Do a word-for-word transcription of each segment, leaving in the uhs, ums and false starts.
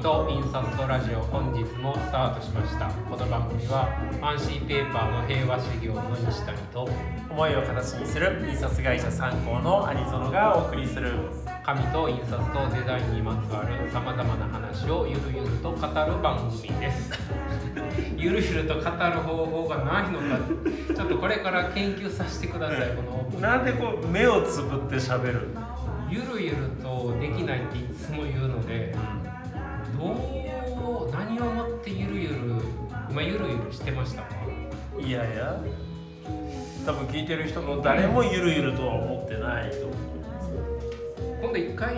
と印刷とラジオ、本日もスタートしました。この番組はファンシーペーパーの平和修行の西谷と思いを形にする印刷会社三幸の兄園がお送りする紙と印刷とデザインにまつわるさまざまな話をゆるゆると語る番組ですゆるゆると語る方法がないのか、ちょっとこれから研究させてください。このなんでこう目をつぶって喋る、 ゆるゆるとできないっていつも言うので、どう何をもってゆるゆる今ゆるゆるしてましたか？ いやいや多分聞いてる人の誰もゆるゆるとは思ってないと思う。 今度一回、 うん、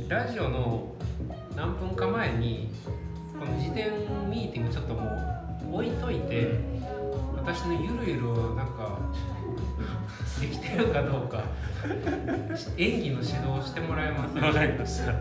ラジオの何分か前にこの事前ミーティングちょっともう置いといて、うん、私のゆるゆるをなんかできてるかどうか演技の指導をしてもらえますか？ わかりました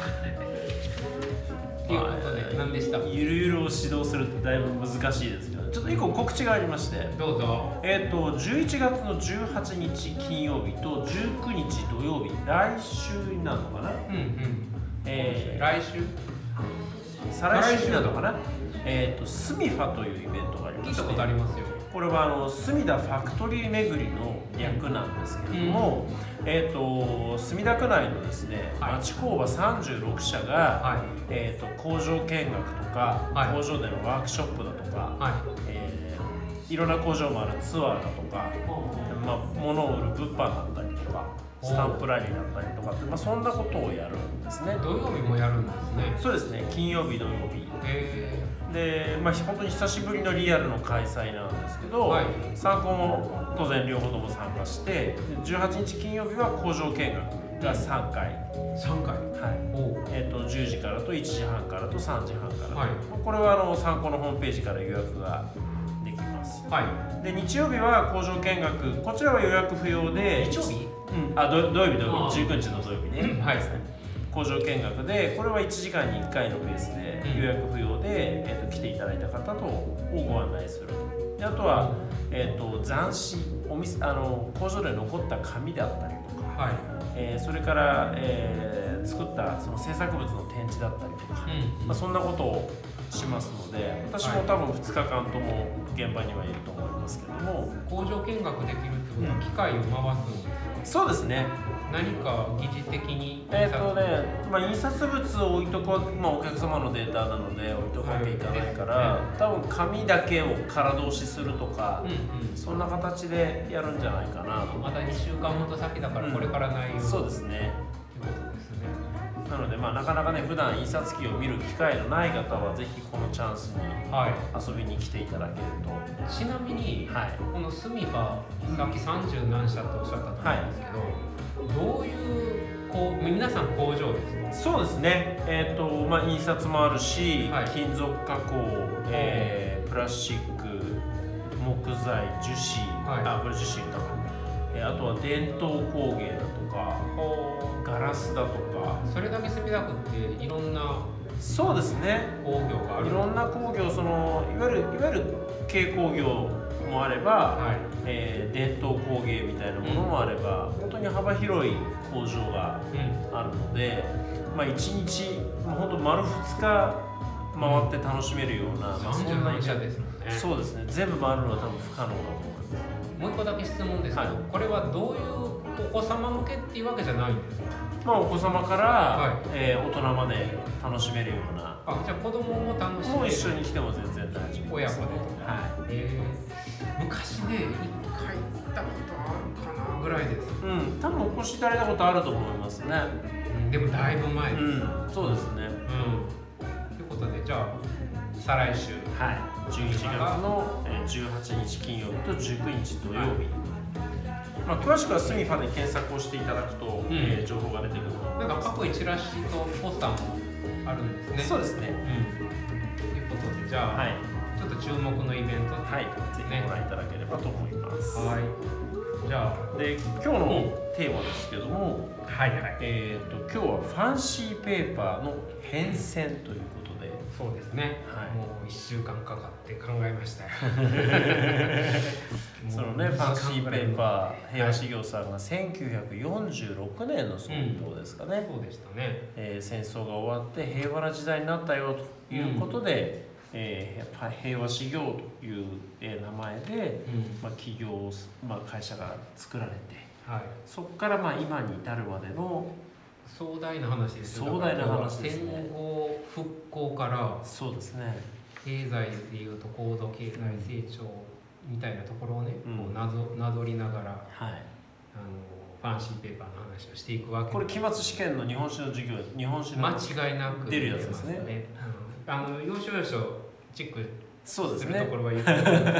ということで何でした？ ゆるゆるを指導するってだいぶ難しいですけど、ちょっと一個告知がありまして、 どうぞ。 えっとじゅういちがつのじゅうはちにち金曜日とじゅうくにち土曜日、来週になるのかな、 うんうん、 えー、 来週再来週になるのかな、えっとスミファというイベントがありまして、 聞いたことありますよ。 これはあの墨田ファクトリー巡りの略なんですけれども、うん、えーと墨田区内のですね、はい、町工場さんじゅうろくしゃが、はい、えーと工場見学とか、はい、工場でのワークショップだとか、はい、えー、いろんな工場もあるツアーだとか、まあ、物を売る物販だったりとかスタンプラリーだったりとかって、まあ、そんなことをやるんですね。 土曜日もやるんですね。 そうですね、金曜日土曜日で、まあ、本当に久しぶりのリアルの開催なんですけど、はい、参考も当然両方とも参加して、じゅうはちにち金曜日は工場見学がさんかい、 さんかい、 はい、えー、とじゅうじからといちじはんからとさんじはんから、はい、これはあの参考のホームページから予約ができます、はい、で日曜日は工場見学、こちらは予約不要で、 日曜日、 うん、あ土曜日土曜日じゅうくにちの土曜日ね、はい、工場見学で、これはいちじかんにいっかいのペースで予約不要で、えー、と来ていただいた方とをご案内する。であとは、えー、と残紙お店あの工場で残った紙であったりとか、はい、えー、それから、えー、作ったその制作物の展示だったりとか、うん、まあ、そんなことをしますので、私も多分ふつかかんとも現場にはいると思いますけども、 工場見学できるってことは機械を回すんですか？ そうですね。 何か疑似的にえっとね、まあ、印刷物を置いとこう、まあ、お客様のデータなので置いとかなきゃいけないから、はい、多分紙だけを空通しするとか、うんうん、そんな形でやるんじゃないかなと。 まだにしゅうかんほど先だからこれから内容、うん、 そうですね。ということですね。なので、まあ、なかなかね普段印刷機を見る機会のない方はぜひこのチャンスに遊びに来ていただけると、 はい、ちなみに、はい、このスミファさっきさんじゅうなんしゃっておっしゃったと思うんですけど、はい、どういうこう皆さん工場ですか？ そうですね、えーとまあ、印刷もあるし、はい、金属加工、えー、プラスチック、木材、樹脂、はい、あこれ樹脂だから、えー、あとは伝統工芸だとかガラスだとか。 それだけ墨田区っていろんなそうですね、 工業がある。 いろんな工業、そのいわゆるいわゆる軽工業もあれば、はい、えー、伝統工芸みたいなものもあれば、うん、本当に幅広い工場があるので、うん、まあいちにちもう本当丸ふつか回って楽しめるような、うん、まあ、そんな社ですもんね。 そうですね、全部回るのは多分不可能だと思います。 もう一個だけ質問ですけど、はい、これはどういうお子様向けっていうわけじゃないんですか？ まあ、お子様から、はい、えー、大人まで楽しめるような。 あ、じゃあ子供も楽しめる。 もう一緒に来ても全然大丈夫。 親子で。はい。 えー、昔ね、一回行ったことあるかなぐらいです。 うん、多分お越しいただいたことあると思いますね。 うん、でもだいぶ前です。うん、 そうですね。 うん。ということで、じゃあ再来週、 はい、じゅういちがつのじゅうはちにち金曜日とじゅうくにち土曜日。はい、まあ、詳しくはスミファで検索をしていただくと、うん、えー、情報が出てくると思います。 なんか各チラシとポスターもあるんですね。 そうですね。 うん。ということで、じゃあ、はい、ちょっと注目のイベント、ね、 はい、ぜひご覧いただければと思います。 はい。じゃあ、 で今日のテーマですけども、 はいはい。 えっと今日はファンシーペーパーの変遷ということで。 そうですね、 はい、 もういっしゅうかんかかって考えましたよそのねファンシーペーパー平和修行さんがせんきゅうひゃくよんじゅうろくねんの創業ですかね、 うん、そうでしたね、 えー、戦争が終わって平和な時代になったよということで、うん、えー、平和修行という、えー、名前で、うん、まあ、企業、まあ、会社が作られて、はい、そこからまあ今に至るまでの壮大な話ですよ。 壮大な話ですね。 戦後復興からそうですね、 経済でいうと高度経済成長みたいなところをね、うん、こうなぞなぞりながら、はい、あのファンシーペーパーの話をしていくわけです。 これ期末試験の日本史の授業、日本史の間違いなく出るやつですね。 うん、あの要所要所チェックするところは言う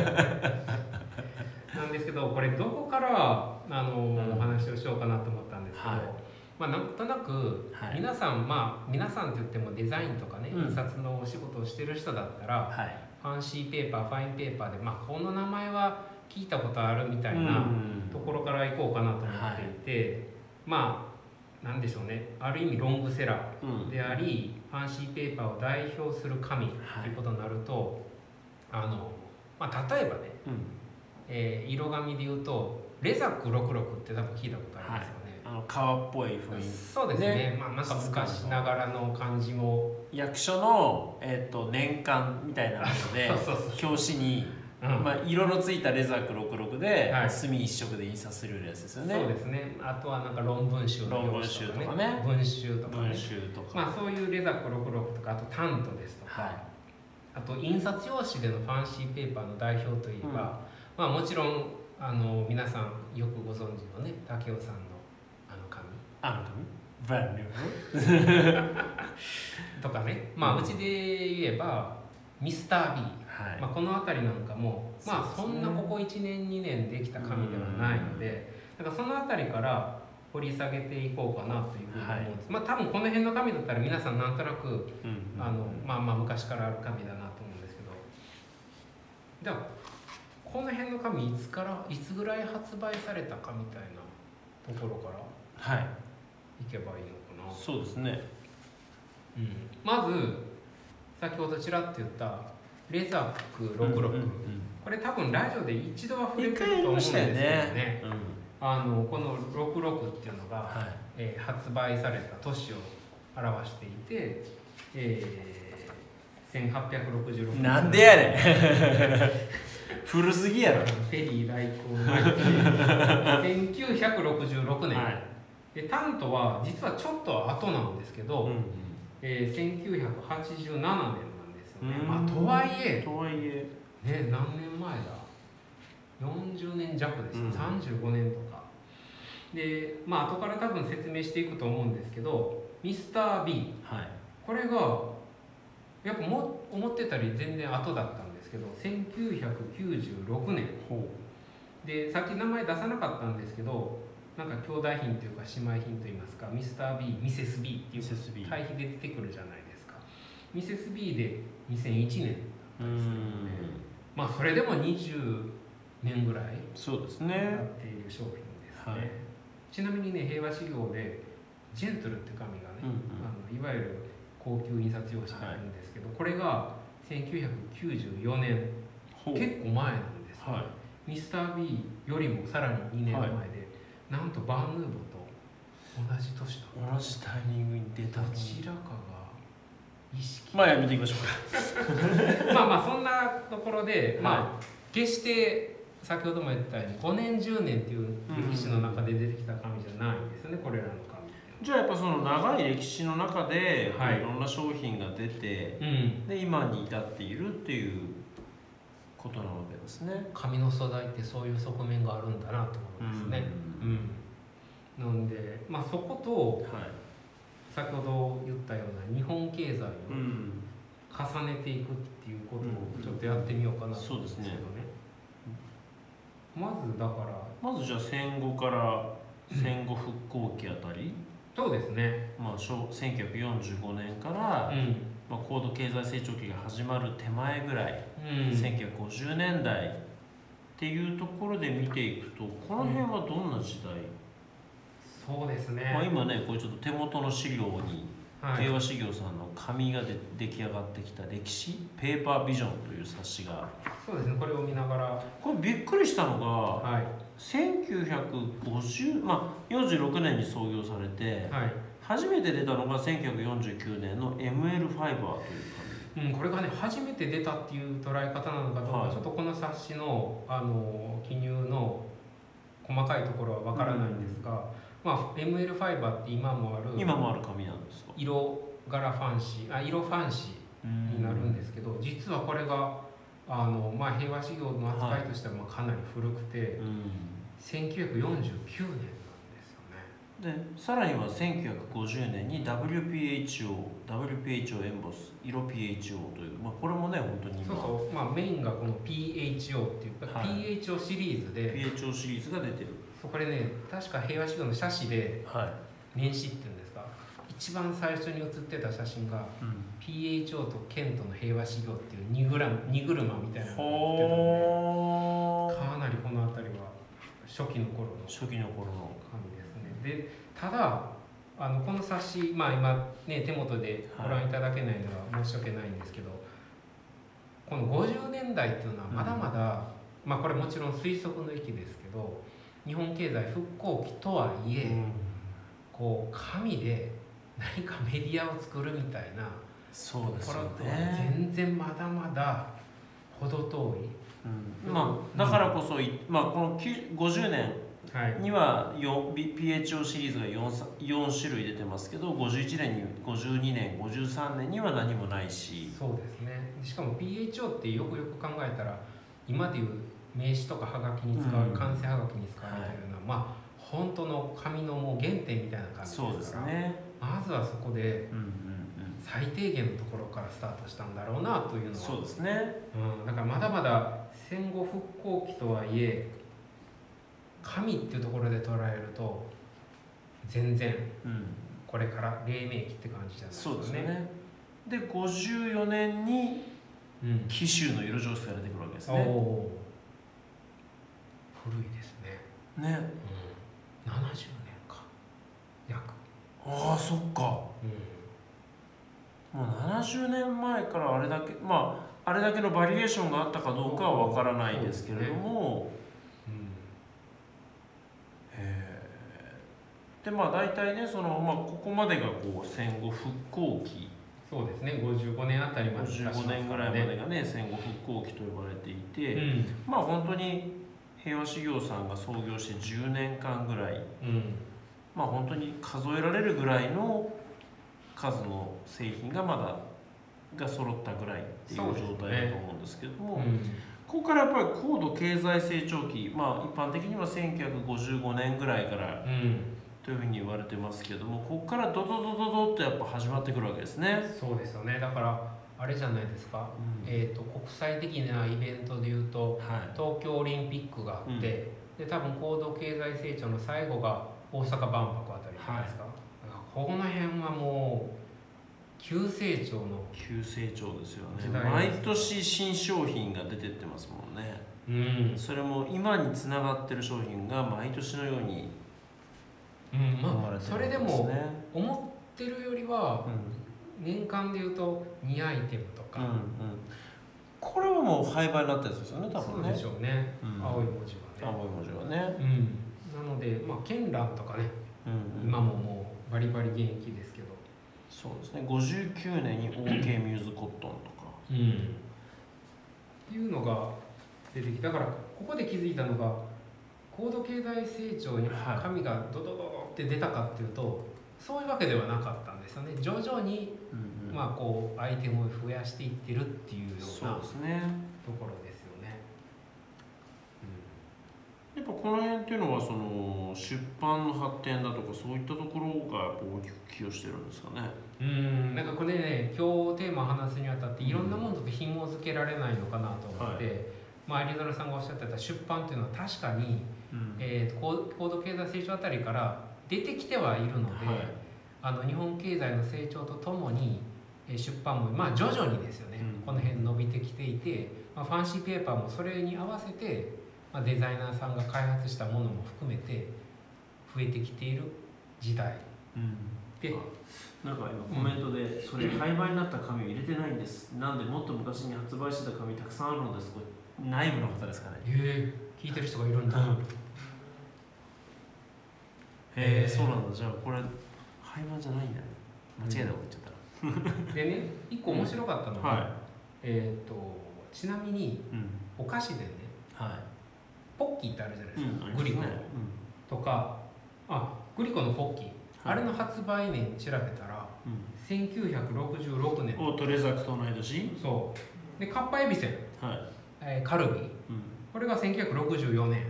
なんですけど、これどこからあの、うん、お話をしようかなと思ったんですけど、はい、まあ、なんとなく皆さん、はい、まあ皆さんって言ってもデザインとかね、うん、印刷のお仕事をしてる人だったら、はい、ファンシーペーパー、ファインペーパーで、まあ、この名前は聞いたことあるみたいなところから行こうかなと思っていて、はい、まあなんでしょうね、ある意味ロングセラーであり、うん、ファンシーペーパーを代表する紙ということになると、はい、あのまあ、例えばね、うん、えー、色紙で言うとレザックろくろくって多分聞いたことありますよね、はい、 あの革っぽい雰囲気、 そうですね、ね、まあ、なんか昔ながらの感じも、 役所の、えー、と年間みたいなので表紙に、うん、まあ、色のついたレザックろくろくで、はい、墨一色で印刷するようなやつですよね。 そうですね。あとはなんか論文集の表紙とかね、 文集とかね、 文集とか、 まあ、そういうレザックろくろくとか、あとタントですとか、はい、あと印刷用紙でのファンシーペーパーの代表といえば、うん、まあ、もちろんあの皆さんよくご存知のね、武雄さんのあの紙あの紙バンニューとかね、まあ、うちで言えばミスター B、はい、まあ、この辺りなんかも、まあ、そんなここいちねんにねんできた紙ではないので、だからその辺りから掘り下げていこうかなというふうに思うんです、はい、まあ、多分この辺の紙だったら皆さんなんとなく、うんうん、あのまあまあ昔からある紙だなと思うんですけど、じゃあこの辺の紙いつからいつぐらい発売されたかみたいなところからいけばいいのかな。 そうですね、 うん、まず先ほどちらっと言ったレザックろくろく、うんうんうん、これ多分ラジオで一度は触れてると思うんですけどね、ね、うん、あのこのろくろくっていうのが、はい、えー、発売された年を表していて、えー、せんはっぴゃくろくじゅうろくねん。 なんでやねん古すぎやろ。 フェリー来航のせんきゅうひゃくろくじゅうろくねん、はい、でタントは実はちょっと後なんですけど、うんうん、えー、せんきゅうひゃくはちじゅうななねんなんですよね。まあ、とはいえとはいえ、 ね、何年前だよんじゅうねん弱ですよ、うん、さんじゅうごねんとかで、まあ後から多分説明していくと思うんですけど、ミスター B、はい、これがやっぱも思ってたり全然後だったんですけど、せんきゅうひゃくきゅうじゅうろくねんで、さっき名前出さなかったんですけど、なんか兄弟品というか姉妹品といいますか、ミスター B、ミセス B っていう対比で出てくるじゃないですか。ミセス B でにせんいちねんだったんですけどね、まあそれでもにじゅうねんぐらいそうですねやっている商品ですね、はい、ちなみにね、平和修行でジェントルって紙がね、うんうん、あのいわゆる高級印刷用紙があるんですけど、はい、これがせんきゅうひゃくきゅうじゅうよねん、結構前なんですよ、はい、ミスター B よりもさらににねんまえで、はい、なんとバーヌーボと同じ年だ、 同じタイミングに出た。 どちらかが意識、 まあやめていきましょうかまあまあそんなところで、はい、まあ決して先ほども言ったようにごねんじゅうねんっていう歴史の中で出てきた紙じゃないんですよね、これらの紙。 じゃあやっぱその長い歴史の中で、はい、いろんな商品が出て、うん、で今に至っているっていうことなわけですね。 紙の素材ってそういう側面があるんだなと思いますね。うん、うん、なんで、まあ、そこと、はい、先ほど言ったような日本経済を重ねていくっていうことをちょっとやってみようかなと思うんですけどね。まずだからまずじゃあ戦後から戦後復興期あたり、 そうですね、 まあ、せんきゅうひゃくよんじゅうごねんから、うん、まあ、高度経済成長期が始まる手前ぐらい、うん、せんきゅうひゃくごじゅうねんだいっていうところで見ていくと、この辺はどんな時代、 うん、そうですね、 まあ、今ねこれちょっと手元の資料にはい、 平和修行さんの紙がで出来上がってきた歴史ペーパービジョンという冊子が、 そうですね、これを見ながら、 これびっくりしたのが、 はい、 せんきゅうひゃくごじゅう、まあ、よんじゅうろくねんに創業されて、 はい、 初めて出たのがせんきゅうひゃくよんじゅうきゅうねんの エムエル ファイバーという紙、うん、これがね初めて出たっていう捉え方なのかどうか、はい、ちょっとこの冊子のあの記入の細かいところはわからないんですが、うん、まあ、エムエル ファイバーって今もある今もある紙なんですか。 色柄ファンシーあ色ファンシーになるんですけど、実はこれがあの、まあ、平和修行の扱いとしてはまあかなり古くて、はい、せんきゅうひゃくよんじゅうきゅうねんなんですよね。 でさらにはせんきゅうひゃくごじゅうねんに ダブリューピーエイチオー ダブリューピーエイチオー エンボス色 ピーエイチオー という、まあ、これもね本当に今そうそう、まあ、メインがこの ピーエイチオー っていうか、はい、ピーエイチオー シリーズでピーエイチオー シリーズが出てる。 そうこれね確か平和修行の写真で、 はい、 年始っていうんですか、一番最初に写ってた写真が、うん、ピーエイチオー とケントの平和修行っていう荷車みたいなのが写ってたので、かなりこの辺りは初期の頃の初期の頃の紙ですね。でただあのこの冊子、まあ、今ね手元でご覧いただけないのは申し訳ないんですけど、はい、このごじゅうねんだいっていうのはまだまだ、うん、まあこれもちろん推測の域ですけど、日本経済復興期とはいえ、うん、こう紙で何かメディアを作るみたいなところとは全然まだまだ程遠い、 うん、まあだからこそ、まあ、このごじゅうねんには ピーエイチオー シリーズが 4, よん種類出てますけど、ごじゅういちねんにごじゅうにねんごじゅうさんねんには何もないし、 そうですね。しかも ピーエイチオー ってよくよく考えたら今でいう名刺とかはがきに使う、うん、関西はがきに使われているような、はい、まあ本当の紙のもう原点みたいな感じですから、そうですね、まずはそこで最低限のところからスタートしたんだろうなというのは、 そうですね、 うん、だからまだまだ戦後復興期とはいえ紙っていうところで捉えると全然これから黎明期って感じじゃないですかね。 そうですね。でごじゅうよねんに紀州の色上質が出てくるわけですね、うん、お古いですね。 ね、 うん、ななじゅうねんか約。 ああそっか、うん、もうななじゅうねんまえからあれだけまああれだけのバリエーションがあったかどうかは分からないですけれども、うん、へえ。でまあ大体ねその、まあ、ここまでがこう戦後復興期、 そうですね、ごじゅうごねんあたりまで、 ごじゅうごねんぐらいまでがね戦後復興期と呼ばれていて、うん、まあ本当に平和修行さんが創業してじゅうねんかんぐらい、うん、まあ本当に数えられるぐらいの数の製品がまだが揃ったぐらいっていう状態だと思うんですけども、ね、うん、ここからやっぱり高度経済成長期、まあ一般的にはせんきゅうひゃくごじゅうごねんぐらいから、うん、というふうに言われてますけども、ここからドドドドドってやっぱ始まってくるわけですね。 そうですよね。だからあれじゃないですか、うん、えーと国際的なイベントでいうと、はい、東京オリンピックがあって、うん、で多分高度経済成長の最後が大阪万博あたりじゃないですか、はい、だからこの辺はもう急成長の急成長ですよね。毎年新商品が出てってますもんね、うん、それも今につながってる商品が毎年のように生まれてるんですね、うん、まあ、それでも思ってるよりは、うん、年間でいうとにアイテムとか、うんうん、 これはもう廃盤になったやつですよね多分ね。 そうでしょうね、うん、青い文字はね青い文字はね、 うん、なのでまあ絢爛とかね、うんうん、今ももうバリバリ現役ですけど、 そうですね、ごじゅうきゅうねんに オーケー ミューズコットンとか、 うん、っていうのが出てきたから、ここで気づいたのが高度経済成長に紙がドドドドって出たかっていうと、はい、そういうわけではなかったんですよね。徐々に、うんうん、まあこうアイテムを増やしていってるっていうようなそうですねところですよね。 やっぱこの辺っていうのはその出版の発展だとかそういったところがやっぱ大きく寄与してるんですかね。 うん、なんかこれね今日テーマを話すにあたっていろんなものと紐付けられないのかなと思って、うん、はい、まあ、有園さんがおっしゃってた出版っていうのは確かに、うん、えー、高, 高度経済成長あたりから出てきてはいるので、はい、あの日本経済の成長とともに出版もまあ徐々にですよね、うん、この辺伸びてきていて、まあ、ファンシーペーパーもそれに合わせて、まあ、デザイナーさんが開発したものも含めて増えてきている時代でなんか今コメントで、それ廃盤になった紙を入れてないんです。なんでもっと昔に発売してた紙たくさんあるのです。これ内部の方ですかね。 へえ、聞いてる人がいるんだ。 へえ、そうなんだ。じゃあこれ廃盤じゃないんだね。間違えたこと言っちゃったら。 でね、一個面白かったのが、 はい、 えっ、ー、とちなみに、うん、お菓子でね、はい、ポッキーってあるじゃないですか、うん、グリコの、うん、とか、あ、グリコのポッキー、はい、あれの発売年調べたら、うん、せんきゅうひゃくろくじゅうろくねん。 お、トレザクと同い年。 そうで、カッパエビセン、はい、えー、カルビ、うん、これがせんきゅうひゃくろくじゅうよねん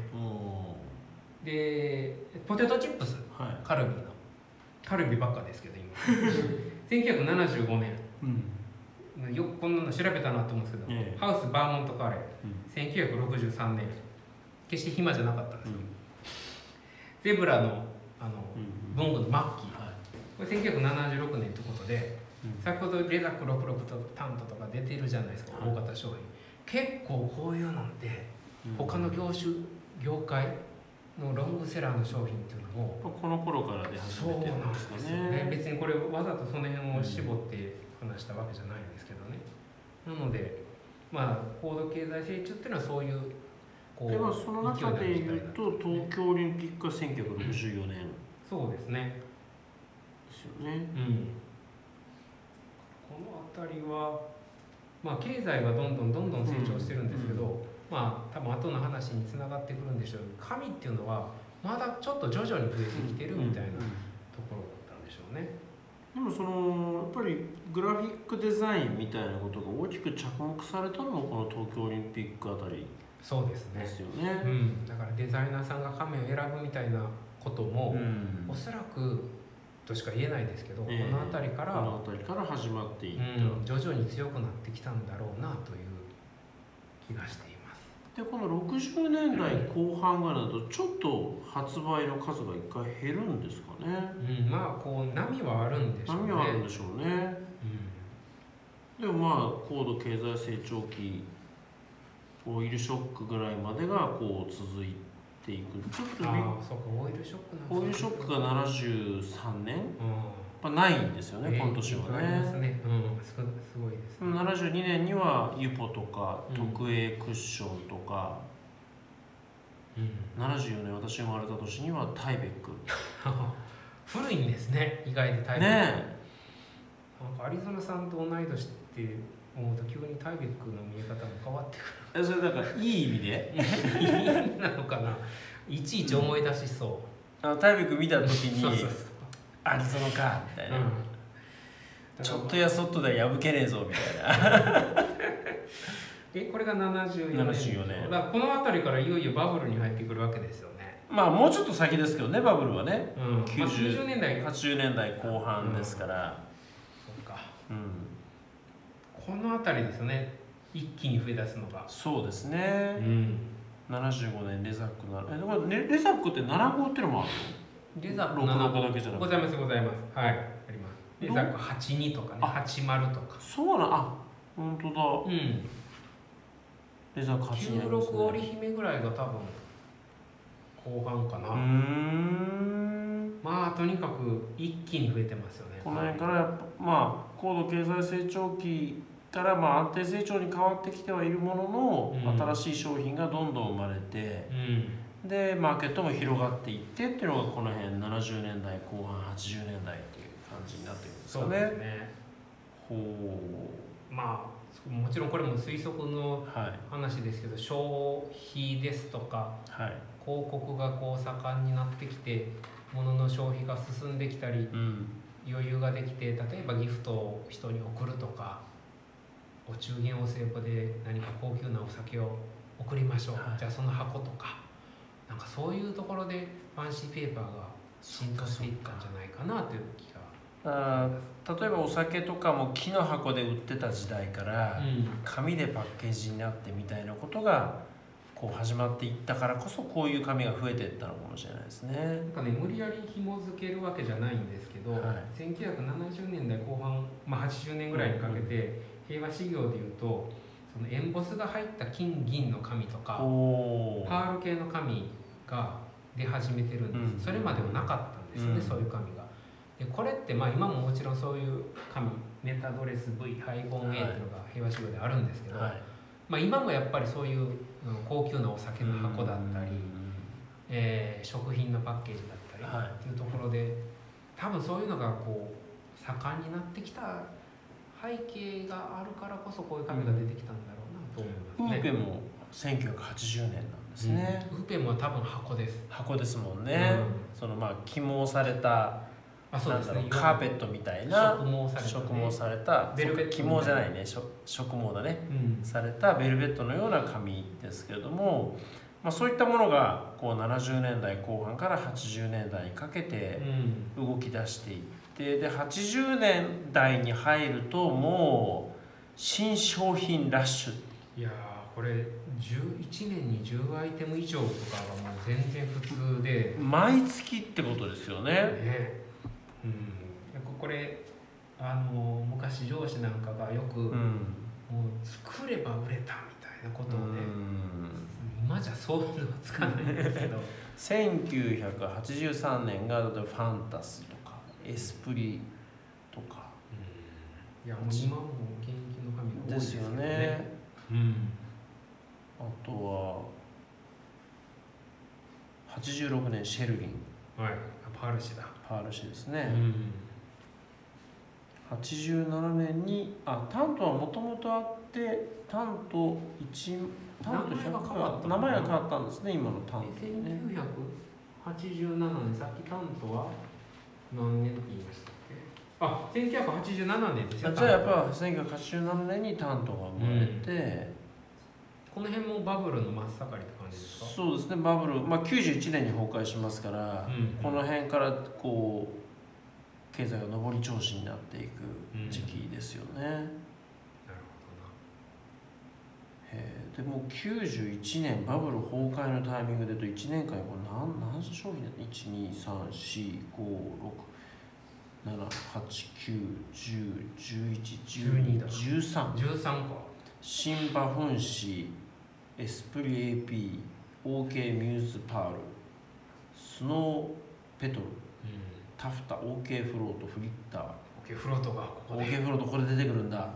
で、ポテトチップス、はい、カルビのカルビばっかですけど今せんきゅうひゃくななじゅうごねん、うん、よくこんなの調べたなと思うんですけど、えー、ハウスバーモントカレー、うん、せんきゅうひゃくろくじゅうさんねん、決して暇じゃなかったんですよ、うん、ゼブラのあの、うん、文具のマッキー、はい、これせんきゅうひゃくななじゅうろくねんということで、うん、先ほどレザックろくじゅうろくとタントとか出てるじゃないですか、大型商品、結構こういうのって他の業種業界のロングセラーの商品っていうのもこの頃から出始めてるんですかね。 別にこれわざとその辺を絞って話したわけじゃないんですけどね。なのでまあ高度経済成長っていうのはそういうこうでもその中で言うと東京オリンピックはせんきゅうひゃくろくじゅうよねん、うん、 そうですねですよね、 うん、この辺りはまあ経済がどんどんどんどん成長してるんですけど、うんうん、まあ多分後の話につながってくるんでしょうけど、紙っていうのはまだちょっと徐々に増えてきてるみたいなところだったんでしょうね。 でもそのやっぱりグラフィックデザインみたいなことが大きく着目されたのもこの東京オリンピックあたりそうですね。 ですよね。 うん、だからデザイナーさんが紙を選ぶみたいなことも、うん、おそらくとしか言えないですけど、えー、この辺りからこの辺りから始まっていった、 うん、徐々に強くなってきたんだろうなという気がしています。 でこのろくじゅうねんだいこう半ぐらいだとちょっと発売の数がいっかい減るんですかね。 うん、まあこう波はあるんでしょうね。 波はあるんでしょうね。うん、でもまあ高度経済成長期オイルショックぐらいまでがこう続いていく。ちょっとああ、そうか、オイルショックなんオイルショックがななじゅうさんねん、うん、まあ、ないんですよね、えー、今年はね。 ありますね、うん、すごいですね。 ななじゅうにねんにはユポとか特 A クッションとか、うん、ななじゅうよねん私が生まれた年にはタイベック古いんですね、意外でタイベック。ね、なんかアリゾナさんと同い年って思うと急にタイベックの見え方も変わってくる。え、それだからいい意味でいい意味なのかな。いちいち思い出しそう。 あのタイベック見た時にそうそうそうアリゾナかみたいな、うん、ちょっとやそっとでは破けねえぞみたいなえ、これがななじゅうよねん。 ななじゅうよねん。 だからこの辺りからいよいよバブルに入ってくるわけですよね。 まあもうちょっと先ですけどね、バブルはね、 うん、きゅうじゅうねんだいはちじゅうねんだいこう半ですから、うん、 そうか、うん、この辺りですよね、一気に増え出すのが。 そうですね、うん、ななじゅうごねんレザックなえだから、ね、レザックってなな号っていうのもあるの？ レザックろくじゅうろくだけじゃなくて。 ございますございます。はい、あります。レザックはちじゅうにとかね、はちじゅうとか。 そうな、あ、本当だ。うん。レザックはちじゅうに、ね。きゅうじゅうろく織姫ぐらいが多分後半かな。うーん。まあとにかく一気に増えてますよね。 この辺からやっぱまあ高度経済成長期からまあ安定成長に変わってきてはいるものの、うん、新しい商品がどんどん生まれて。うん、でマーケットも広がっていってっていうのがこの辺ななじゅうねんだいこう半はちじゅうねんだいっていう感じになってるんですかね。そうですね。ほう、まあもちろんこれも推測の話ですけど、はい、消費ですとか、はい、広告がこう盛んになってきて物の消費が進んできたり、うん、余裕ができて例えばギフトを人に送るとかお中元お歳暮で何か高級なお酒を送りましょう、はい、じゃあその箱とかなんかそういうところでファンシーペーパーが浸透していったんじゃないかなという気が。 あ例えばお酒とかも木の箱で売ってた時代から、うん、紙でパッケージになってみたいなことがこう始まっていったからこそこういう紙が増えていったのかもしれないですね。 なんかね無理やり紐付けるわけじゃないんですけど、はい、せんきゅうひゃくななじゅうねんだいこう半、まあ、はちじゅうねんぐらいにかけて、うん、平和史業でいうとそのエンボスが入った金銀の紙とかパール系の紙が出始めてるんです、うん、それまではなかったんですよね、うん、そういう紙が。 でこれってまあ今ももちろんそういう紙メタドレス V ハイゴン A っていうのが平和主義であるんですけど、 はい、 まあ、今もやっぱりそういう高級なお酒の箱だったり、えー、食品のパッケージだったりっていうところで、多分そういうのがこう盛んになってきた背景があるからこそこういう紙が出てきたんだろうなと思いますね。 ウーペンもせんきゅうひゃくはちじゅうねんなんですね、 うん、ウーペンも多分箱です。 箱ですもんね、うん、そのまあ起毛された、あ、そうですね、カーペットみたいな植毛されたベルベット起毛じゃないね、植毛だね、うん、されたベルベットのような紙ですけれども、まあ、そういったものがこうななじゅうねんだいこう半からはちじゅうねんだいにかけて動き出していって、ではちじゅうねんだいに入るともう新商品ラッシュ。 いやー、これじゅういちねんにじゅうアイテム以上とかがもう全然普通で、 毎月ってことですよね。 ね、うん、これあの昔上司なんかがよく、うん、もう作れば売れたみたいなことをね、うん、今じゃそういうのはつかないんですけどせんきゅうひゃくはちじゅうさんねんが例えばファンタスとかエスプリとか、 うん、いやもう今も現役の紙が多いですよね。 ですよね、うん、あとははちじゅうろくねんシェルギン、 はい、パール紙だ。 パール紙ですね、うん、はちじゅうななねんにあタントはもともとあってタントいちタントひゃくは名前が変わったんですね、今のタント、ね、 せんきゅうひゃくはちじゅうななねん、さっきタントは何年って言いましたっけ？あ、せんきゅうひゃくはちじゅうななねんですよ。 じゃあやっぱせんきゅうひゃくはちじゅうななねんにタントが生まれて、うん、 この辺もバブルの真っ盛りって感じですか？ そうですね、バブル、まあ、きゅうじゅういちねんに崩壊しますから、うんうん、この辺からこう経済が上り調子になっていく時期ですよね、うん、なるほどな。へでもきゅうじゅういちねんバブル崩壊のタイミングでといちねんかんにこれ 何, 何商品だった？ いち、に、さん、よん、ご、ろく、なな、はち、きゅう、じゅう、じゅういち、じゅうに、じゅうさん、 じゅうさんか。 新馬粉紙、エスプリ エーピー、オーケー ミューズパール、スノーペトル、うん、タフタ、オーケー フロート、フリッター。オーケー フロートがここで。 オーケー フロートこれ出てくるんだ。へ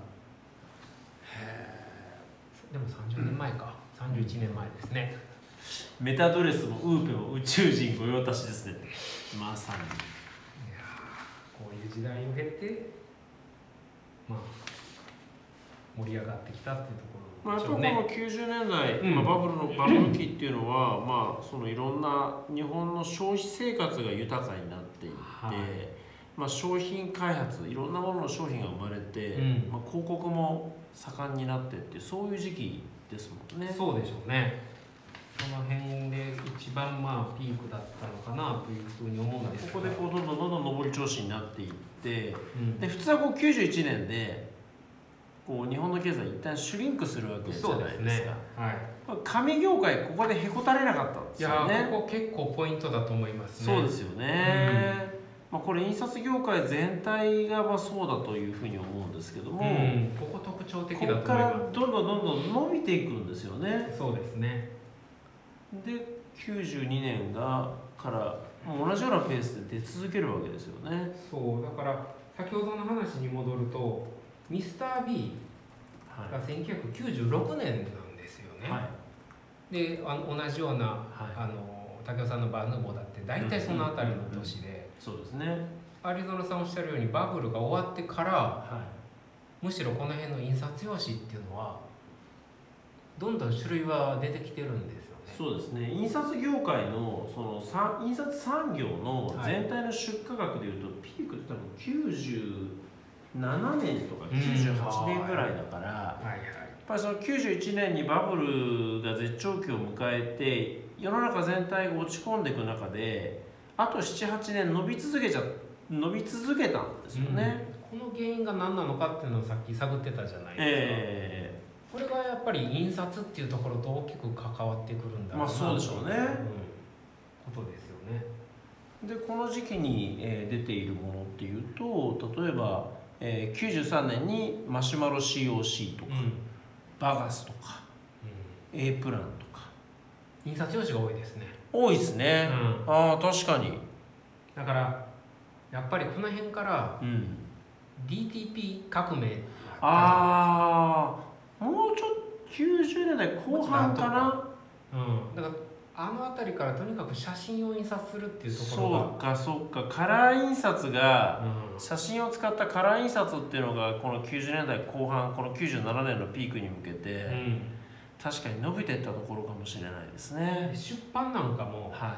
え。でもさんじゅうねんまえか。さんじゅういちねんまえですね。 メタドレスもウーペも宇宙人御用達ですね。まさに。いやこういう時代を経て、まあ盛り上がってきたっていうところ。 まあ、やっぱりこのきゅうじゅうねんだい、うん、まあ、バブルのバブル期っていうのは、まあ、そのいろんな日本の消費生活が豊かになっていって、はい、まあ、商品開発いろんなものの商品が生まれて、うん、まあ、広告も盛んになってってそういう時期ですもんね。 そうでしょうね。その辺で一番まあピークだったのかなというふうに思うんですが、 ここでこうどんどんどんどん上り調子になっていって、うん、で普通はこうきゅうじゅういちねんでこう日本の経済一旦シュリンクするわけじゃないですか。ですね、はい、紙業界ここでへこたれなかったんですよね。 いやここ結構ポイントだと思いますね。 そうですよね、うん、まあ、これ印刷業界全体がまあそうだというふうに思うんですけども、うん、 ここ特徴的だと思います。 ここからどんどんどんどん伸びていくんですよね。 そうですね。 できゅうじゅうにねんがからもう同じようなペースで出続けるわけですよね。 そうだから先ほどの話に戻るとミスター ビー がせんきゅうひゃくきゅうじゅうろくねんなんですよね、はい、であの同じような、はい、あの武雄さんのバーヌーボーだって大体その辺りの年で、 そうですね。 アリゾナさんおっしゃるようにバブルが終わってから、はい、むしろこの辺の印刷用紙っていうのはどんどん種類は出てきてるんですよね。 そうですね。印刷業界のその印刷産業の全体の出荷額でいうと、はい、ピークって多分きゅうじゅうななねんとかきゅうじゅうはちねんぐらいだから、はいはい、やっぱりそのきゅうじゅういちねんにバブルが絶頂期を迎えて世の中全体が落ち込んでいく中であとななはちねん伸び続けちゃ伸び続けたんですよね、 うん、この原因が何なのかっていうのをさっき探ってたじゃないですか、えー、これがやっぱり印刷っていうところと大きく関わってくるんだろうな、 まあそうでしょうね、うん、 ことですよね。 でこの時期に、えー、出ているものっていうと例えば、えー、きゅうじゅうさんねんにマシュマロ シーオーシー とか、うん、バガスとか、うん、A プランとか印刷用紙が多いですね。 多いですね、うん、ああ確かに。 だからやっぱりこの辺から、 うん、 ディーティーピー 革命。 ああ、もうちょっときゅうじゅうねんだいこう半かな。 うん、だからあの辺りからとにかく写真を印刷するっていうところが、 そうかそうか、カラー印刷が、 うん、 写真を使ったカラー印刷っていうのがこのきゅうじゅうねんだいこう半、このきゅうじゅうななねんのピークに向けて、うん、確かに伸びていったところかもしれないですね。 出版なんかも、はい、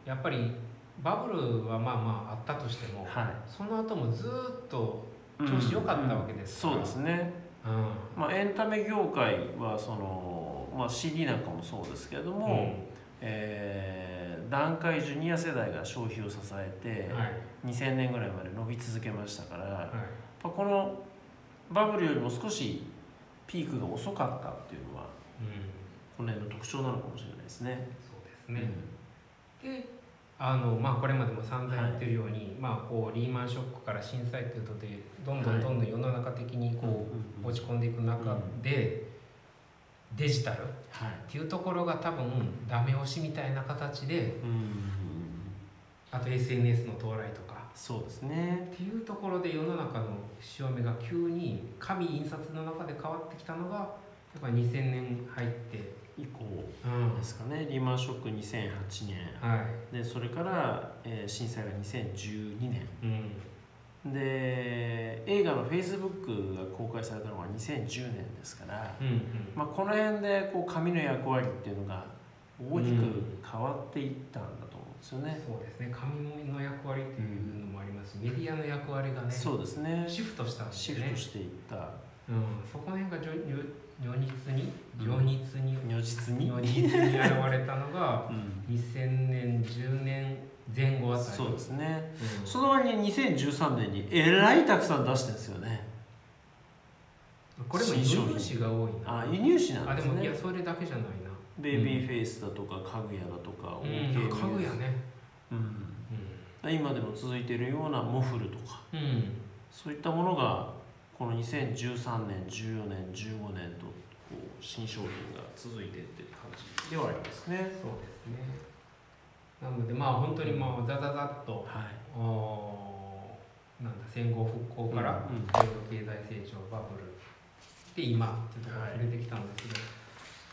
やっぱりバブルはまあまああったとしても、はい、その後もずっと調子良かったわけですから、 うんうん、そうですね、うん、まあ、エンタメ業界はその、まあ、シーディー なんかもそうですけれども、うん、えー、団塊ジュニア世代が消費を支えて、はい、にせんねんぐらいまで伸び続けましたから、はい、このバブルよりも少しピークが遅かったっていうのは、うん、この辺の特徴なのかもしれないですね。 そうですね、うん、であのまあ、これまでも散々言ってるように、はい、まあ、こうリーマンショックから震災ということでどんどんどんどん世の中的にこう落ち込んでいく中で、デジタルっていうところが多分ダメ押しみたいな形で、あと エスエヌエス の到来とか、 そうですね、 っていうところで世の中の潮目が急に紙印刷の中で変わってきたのがやっぱりにせんねん入って以降ですかね、うん、リーマンショックにせんはちねん、はい、でそれから、えー、震災がにせんじゅうにねん、うん、で映画の「フェイスブック」が公開されたのがにせんじゅうねんですから、うんうん、まあ、この辺でこう紙の役割っていうのが大きく変わっていったんだと思うんですよね、 うん、そうですね、紙の役割っていうのもありますし、メディアの役割がね、 そうですね、 シフトしたんですね、 シフトしていった、 うん、そこの辺が如実に如実に如実に如実に現れたのがにせんねんじゅうねんぜん後あたり。 そうですね、うん、その割ににせんじゅうさんねんにえらいたくさん出してるんですよね。 これも輸入紙が多いな。 あ、輸入紙なんですね。 あ、でもいやそれだけじゃないな。 ベイビーフェイスだとか家具屋だとか、 うん、家具屋ね、 うんうん、今でも続いているようなモフルとか、うん、そういったものがこのにせんじゅうさんねんじゅうよねんじゅうごねんとこう新商品が続いていってる感じではありますね。 そうですね。なのでまあ本当にまあザザザッと、はい、おなんだ戦後復興から高度経済成長バブルで今っていうところが触れてきたんですけど、はい、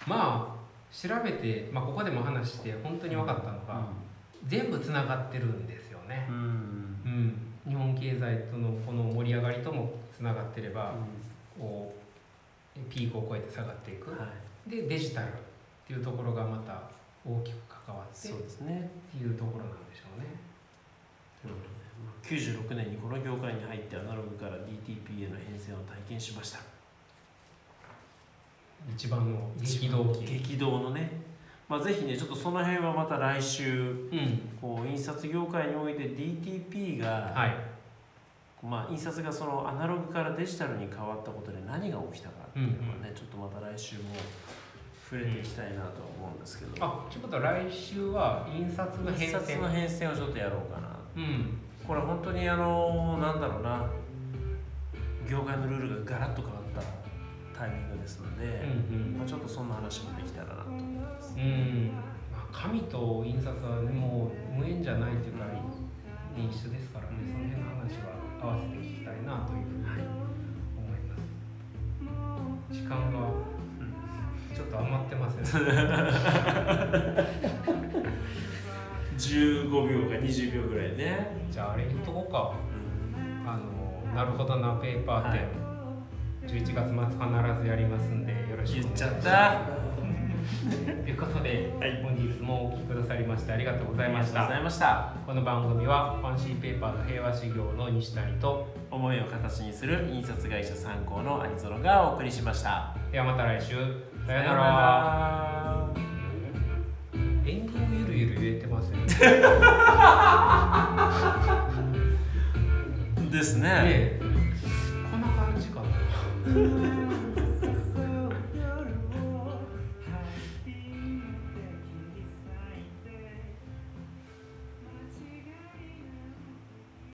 まあ調べて、まあ、ここでも話して本当に分かったのが、うん、全部つながってるんですよね、うんうん、日本経済とのこの盛り上がりともつながってれば、うん、こうピークを超えて下がっていく、はい、でデジタルっていうところがまた大きく関わって、そうですね、っていうところなんでしょうね。 ということできゅうじゅうろくねんにこの業界に入ってアナログから ディーティーピー への変遷を体験しました。 一番の激動期、 激動のね、まあ、ぜひねちょっとその辺はまた来週、うん、こう印刷業界において ディーティーピー が、はい、まあ、印刷がそのアナログからデジタルに変わったことで何が起きたかっていうのはね、うんうん、ちょっとまた来週も触れていきたいなと思うんですけど、うん、 あ、ということは来週は印刷の変遷印刷の変遷をちょっとやろうかな、うん、これ本当にあのなんだろうな、業界のルールがガラッと変わったタイミングですので、うんうん、まあ、ちょっとそんな話もできたらなと思います。 うん、まあ、紙と印刷は、ね、もう無縁じゃないというか一緒ですからね、その辺の話は合わせて聞きたいなというふうに思います。時間がちょっと余ってますよね。 じゅうごびょうかにじゅうびょうぐらいね。 じゃああれ言っとこうか、うん、あのなるほどなペーパー展、はい、じゅういちがつまつ必ずやりますんでよろしくお願いします。 言っちゃった。 ということで、はい、本日もお聞きくださりましてありがとうございました。 ありがとうございました。 この番組はファンシーペーパーの平和修行の西谷と思いを形にする印刷会社参考の兄園がお送りしました。 ではまた来週。さよなら。エンディングゆるゆる入れてますよね。 ですね。 ね、こんな感じかな。